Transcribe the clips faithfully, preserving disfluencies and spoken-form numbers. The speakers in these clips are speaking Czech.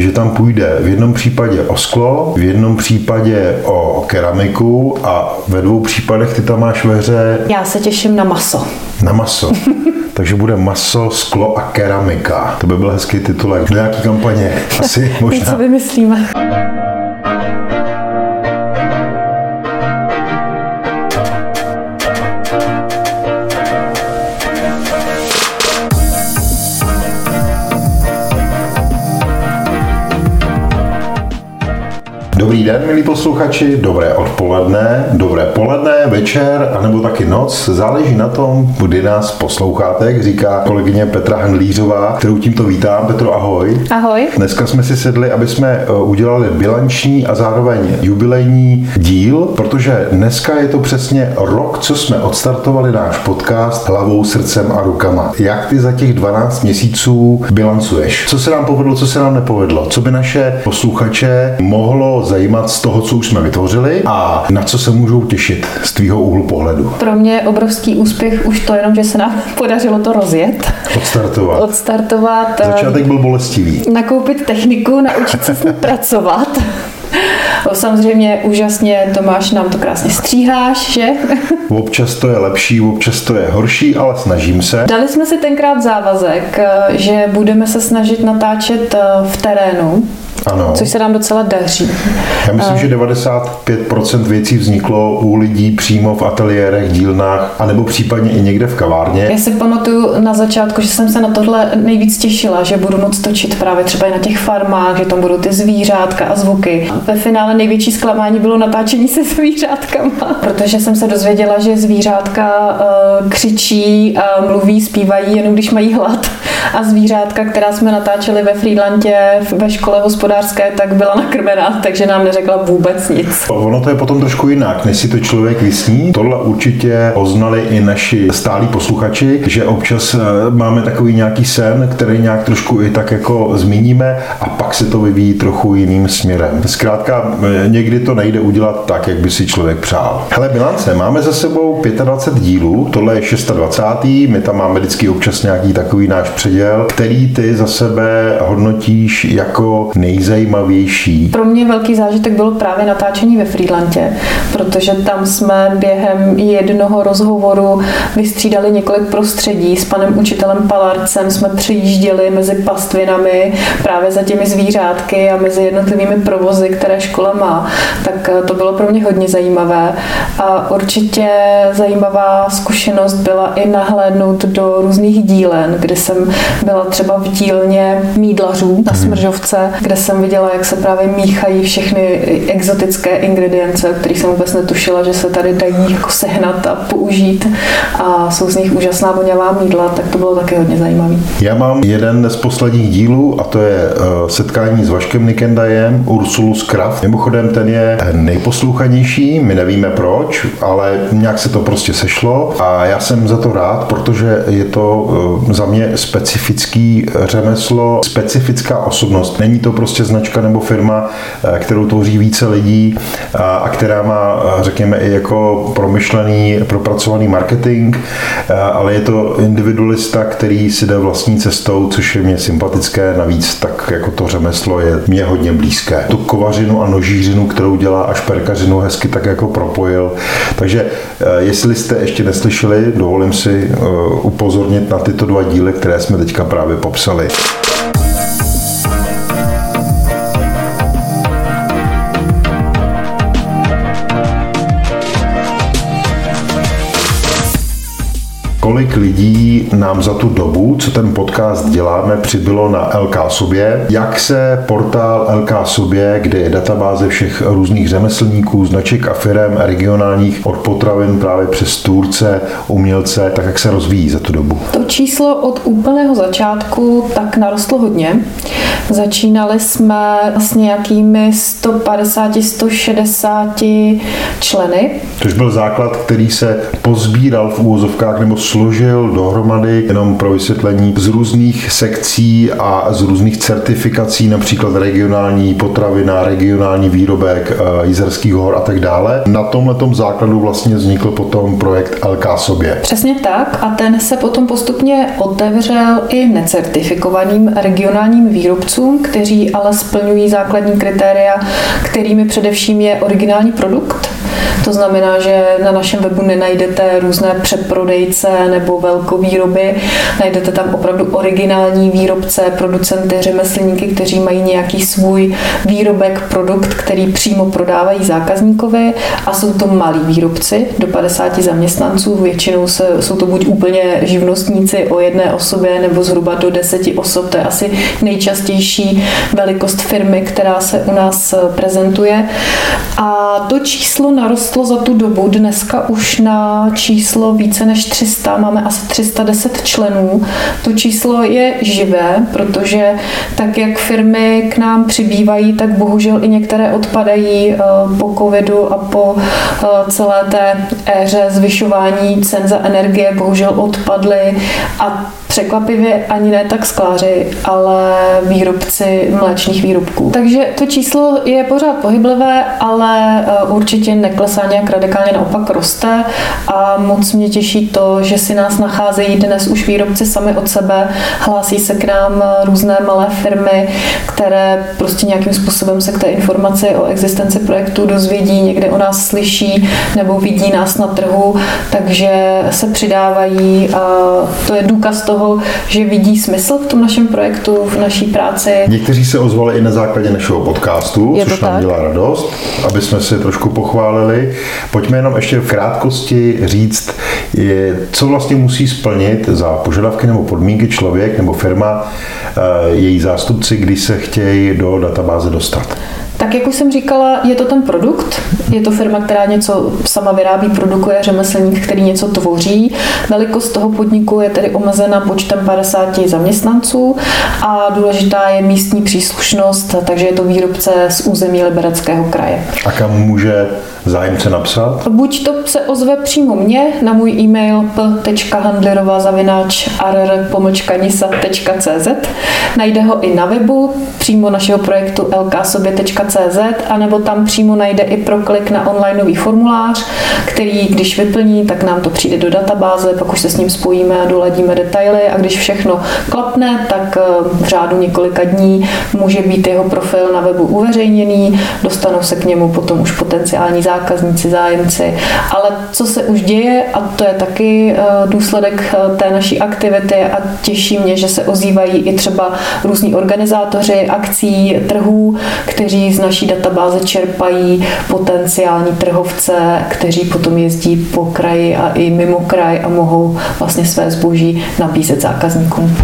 že tam půjde v jednom případě o sklo, v jednom případě o keramiku a ve dvou případech ty tam máš ve hře... Já se těším na maso. Na maso. Takže bude maso, sklo a keramika. To by byl hezký titulek. Do nějaký kampaně asi možná. Něco vymyslíme. Dobrý den, milí posluchači, dobré odpoledne, dobré poledne, večer, anebo taky noc. Záleží na tom, kdy nás posloucháte, jak říká kolegyně Petra Handlířová, kterou tímto vítám. Petro, ahoj. Ahoj. Dneska jsme si sedli, aby jsme udělali bilanční a zároveň jubilejní díl, protože dneska je to přesně rok, co jsme odstartovali náš podcast hlavou, srdcem a rukama. Jak ty za těch dvanáct měsíců bilancuješ? Co se nám povedlo, co se nám nepovedlo? Co by naše posluchače mohlo zajímat z toho, co už jsme vytvořili a na co se můžou těšit z tvýho úhlu pohledu? Pro mě je obrovský úspěch už to jenom, že se nám podařilo to rozjet. Odstartovat. Odstartovat. Začátek byl bolestivý. Nakoupit techniku, naučit se s ní pracovat. Samozřejmě úžasně, Tomáš, nám to krásně stříháš, že? Občas to je lepší, občas to je horší, ale snažím se. Dali jsme si tenkrát závazek, že budeme se snažit natáčet v terénu. Ano. Což se nám docela daří. Já myslím, že devadesát pět procent věcí vzniklo u lidí přímo v ateliérech, dílnách, anebo případně i někde v kavárně. Já si pamatuju na začátku, že jsem se na tohle nejvíc těšila, že budu moc točit právě třeba i na těch farmách, že tam budou ty zvířátka a zvuky. Ve finále největší zklamání bylo natáčení se zvířátkama, protože jsem se dozvěděla, že zvířátka uh, křičí a mluví, zpívají jenom když mají hlad. A zvířátka, která jsme natáčeli ve Frýdlantě ve škole hospodářské, tak byla nakrmená, takže nám neřekla vůbec nic. Ono to je potom trošku jinak, než si to člověk vysní. Tohle určitě poznali i naši stálí posluchači, že občas máme takový nějaký sen, který nějak trošku i tak jako zmíníme a pak se to vyvíjí trochu jiným směrem. Zkrátka někdy to nejde udělat tak, jak by si člověk přál. Hele, bilance, máme za sebou dvacet pět dílů, tohle je dvacátý šestý my tam máme vždycky občas nějaký takový náš předěl, který ty za sebe hodnotíš jako nejzajímavější. Pro mě velký zážitek bylo právě natáčení ve Frýdlantě, protože tam jsme během jednoho rozhovoru vystřídali několik prostředí. S panem učitelem Palarcem jsme přejížděli mezi pastvinami právě za těmi zvířátky a mezi jednotlivými provozy, které škola má. Tak to bylo pro mě hodně zajímavé. A určitě zajímavá zkušenost byla i nahlédnout do různých dílen, kde jsem byla třeba v dílně mýdlařů na Smržovce, kde jsem viděla, jak se právě míchají všechny exotické ingredience, které jsem vůbec netušila, že se tady dají jako sehnat a použít a jsou z nich úžasná voňavá mýdla, tak to bylo taky hodně zajímavý. Já mám jeden z posledních dílů a to je uh, setkání s Vaškem Nikendajem, Ursulus Kraft. Mimochodem ten je nejposlouchanější, my nevíme proč, ale nějak se to prostě sešlo a já jsem za to rád, protože je to uh, za mě specifický řemeslo, specifická osobnost. Není to prostě značka nebo firma, kterou tvoří více lidí a která má, řekněme, i jako promyšlený, propracovaný marketing, ale je to individualista, který si jde vlastní cestou, což je mě sympatické, navíc tak jako to řemeslo je mě hodně blízké. Tu kovařinu a nožířinu, kterou dělá, a šperkařinu hezky tak jako propojil. Takže jestli jste ještě neslyšeli, dovolím si upozornit na tyto dva díly, které jsme teďka právě popsali. Kolik lidí nám za tu dobu, co ten podcast děláme, přibylo na el ká Sobě? Jak se portál el ká Sobě, kde je databáze všech různých řemeslníků, značek a firem regionálních od potravin právě přes tvůrce, umělce, tak jak se rozvíjí za tu dobu? To číslo od úplného začátku tak narostlo hodně. Začínali jsme s nějakými sto padesát až sto šedesát členy. Což byl základ, který se pozbíral v úvozovkách nebo složil složil dohromady jenom pro vysvětlení z různých sekcí a z různých certifikací, například regionální potravina, regionální výrobek, Jizerských hor a tak dále. Na tomhletom základu vlastně vznikl potom projekt el ká Sobě. Přesně tak a ten se potom postupně otevřel i necertifikovaným regionálním výrobcům, kteří ale splňují základní kritéria, kterými především je originální produkt. To znamená, že na našem webu nenajdete různé přeprodejce nebo velkovýroby, najdete tam opravdu originální výrobce, producenty, řemeslníky, kteří mají nějaký svůj výrobek, produkt, který přímo prodávají zákazníkovi a jsou to malí výrobci do padesáti zaměstnanců, většinou se, jsou to buď úplně živnostníci o jedné osobě nebo zhruba do deseti osob, to je asi nejčastější velikost firmy, která se u nás prezentuje a to číslo narostlo za tu dobu dneska už na číslo více než tři sta, máme asi tři sta deset členů. To číslo je živé, protože tak, jak firmy k nám přibývají, tak bohužel i některé odpadají po covidu a po celé té éře zvyšování cen za energie, bohužel odpadly a překvapivě ani ne tak skláři, ale výrobci mléčných výrobků. Takže to číslo je pořád pohyblivé, ale určitě neklesá nějak radikálně, naopak roste a moc mě těší to, že si nás nacházejí dnes už výrobci sami od sebe, hlásí se k nám různé malé firmy, které prostě nějakým způsobem se k té informaci o existenci projektu dozvědí, někde o nás slyší nebo vidí nás na trhu, takže se přidávají a to je důkaz toho, že vidí smysl v tom našem projektu, v naší práci. Někteří se ozvali i na základě našeho podcastu, je což nám tak? dělá radost, aby jsme si trošku pochválili. Pojďme jenom ještě v krátkosti říct, je, co vlastně musí splnit za požadavky nebo podmínky člověk nebo firma, její zástupci, když se chtějí do databáze dostat. Tak jak už jsem říkala, je to ten produkt, je to firma, která něco sama vyrábí, produkuje, řemeslník, který něco tvoří. Velikost toho podniku je tedy omezena počtem padesáti zaměstnanců a důležitá je místní příslušnost, takže je to výrobce z území Libereckého kraje. A kam může zájemce napsat? Buď to se ozve přímo mně na můj e-mail p tečka handlirova zavináč r r pomlčka nisa tečka c z, najde ho i na webu přímo našeho projektu el ká sobě tečka c z, anebo tam přímo najde i proklik na onlineový formulář, který když vyplní, tak nám to přijde do databáze, pak už se s ním spojíme a doladíme detaily a když všechno klapne, tak v řádu několika dní může být jeho profil na webu uveřejněný, dostanou se k němu potom už potenciální zákazníci, zájemci, ale co se už děje, a to je taky důsledek té naší aktivity a těší mě, že se ozývají i třeba různí organizátoři akcí, trhů, kteří z naší databáze čerpají potenciální trhovce, kteří potom jezdí po kraji a i mimo kraj a mohou vlastně své zboží nabízet zákazníkům.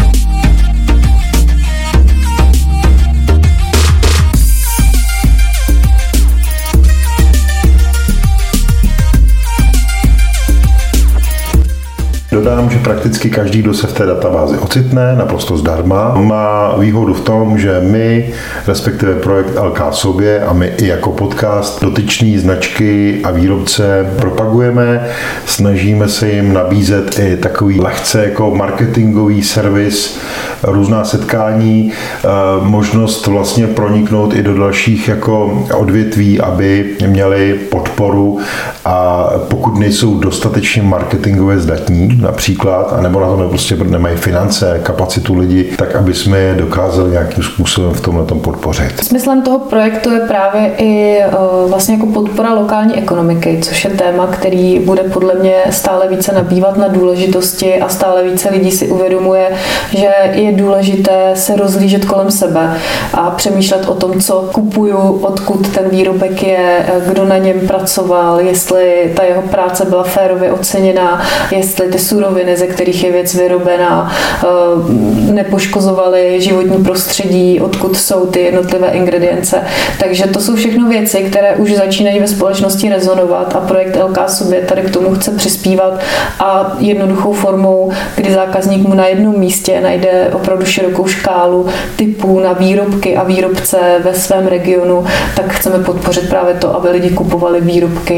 Dodám, že prakticky každý, kdo se v té databázi ocitne, naprosto zdarma, má výhodu v tom, že my, respektive projekt el ká Sobě a my i jako podcast dotyčný značky a výrobce propagujeme, snažíme se jim nabízet i takový lehce jako marketingový servis, různá setkání, možnost vlastně proniknout i do dalších jako odvětví, aby měli podporu a pokud nejsou dostatečně marketingově zdatní, například, anebo na to prostě nemají finance, kapacitu lidí, tak aby jsme je dokázali nějakým způsobem v tomhle tom podpořit. Smyslem toho projektu je právě i vlastně jako podpora lokální ekonomiky, což je téma, který bude podle mě stále více nabývat na důležitosti a stále více lidí si uvědomuje, že je důležité se rozlížet kolem sebe a přemýšlet o tom, co kupuju, odkud ten výrobek je, kdo na něm pracoval, jestli ta jeho práce byla férově oceněná, jestli ty suroviny, ze kterých je věc vyrobená, nepoškozovaly životní prostředí, odkud jsou ty jednotlivé ingredience. Takže to jsou všechno věci, které už začínají ve společnosti rezonovat a projekt el ká Sobě tady k tomu chce přispívat a jednoduchou formou, kdy zákazník mu na jednom místě najde opravdu širokou škálu typů na výrobky a výrobce ve svém regionu, tak chceme podpořit právě to, aby lidi kupovali výrobky tady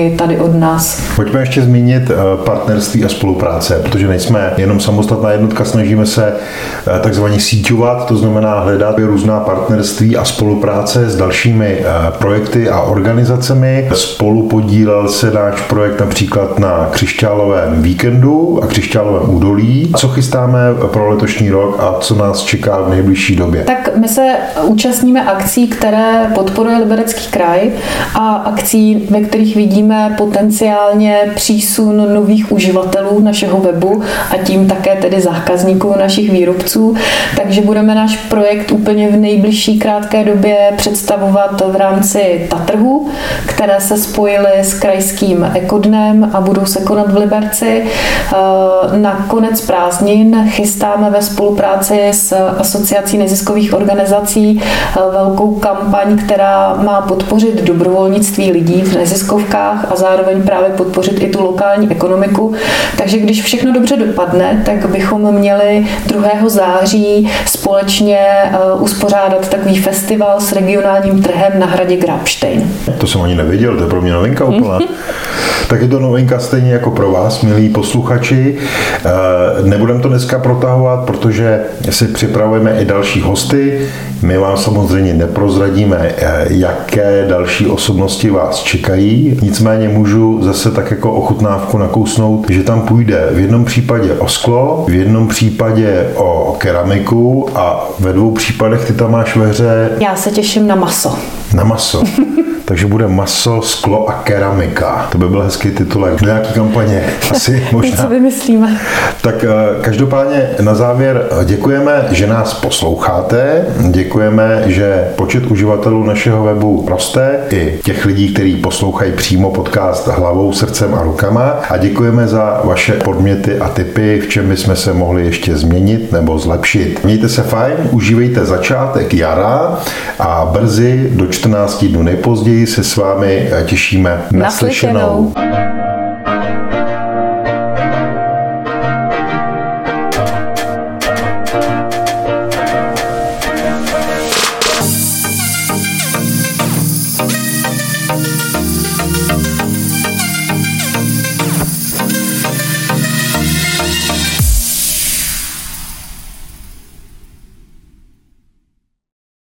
od nás. Pojďme ještě zmínit partnerství a spolupráce, protože nejsme jenom samostatná jednotka, snažíme se takzvaně síťovat, to znamená hledat různá partnerství a spolupráce s dalšími projekty a organizacemi. Spolu podílel se náš projekt například na Křišťálovém víkendu a Křišťálovém údolí. Co chystáme pro letošní rok a co nás čeká v nejbližší době? Tak my se účastníme akcí, které podporuje Liberecký kraj a akcí, ve kterých vidíme potenciálně přísun nových uživatelů našeho webu a tím také tedy zákazníků našich výrobců. Takže budeme náš projekt úplně v nejbližší krátké době představovat v rámci Tatrhu, které se spojily s krajským ekodnem a budou se konat v Liberci. Na konec prázdnin chystáme ve spolupráci s Asociací neziskových organizací velkou kampaň, která má podpořit dobrovolnictví lidí v neziskovkách a zároveň právě podpořit i tu lokální ekonomiku. Takže když všechno dobře dopadne, tak bychom měli druhého září společně uspořádat takový festival s regionálním trhem na hradě Grabštejn. To jsem ani nevěděl, to je pro mě novinka úplná. Tak je to novinka stejně jako pro vás, milí posluchači. Nebudeme to dneska protahovat, protože si připravujeme i další hosty. My vám samozřejmě neprozradíme, jaké další osobnosti vás čekají. Nicméně můžu zase tak jako ochutnávku nakousnout, že tam půjde v jednom případě o sklo, v jednom případě o keramiku a ve dvou případech ty tam máš ve hře... Já se těším na maso. Na maso. Takže bude maso, sklo a keramika. To by byl hezký titulek. Do nějaký kampaně asi možná. Co vymyslíme. Tak každopádně na závěr děkujeme, že nás posloucháte. Děkujeme, že počet uživatelů našeho webu roste. I těch lidí, kteří poslouchají přímo podcast hlavou, srdcem a rukama. A děkujeme za vaše podměty a tipy, v čem bychom se mohli ještě změnit nebo zlepšit. Mějte se fajn, užívejte začátek jara a brzy do čtrnácti dnů nejpozději se s vámi těšíme. Naslyšenou.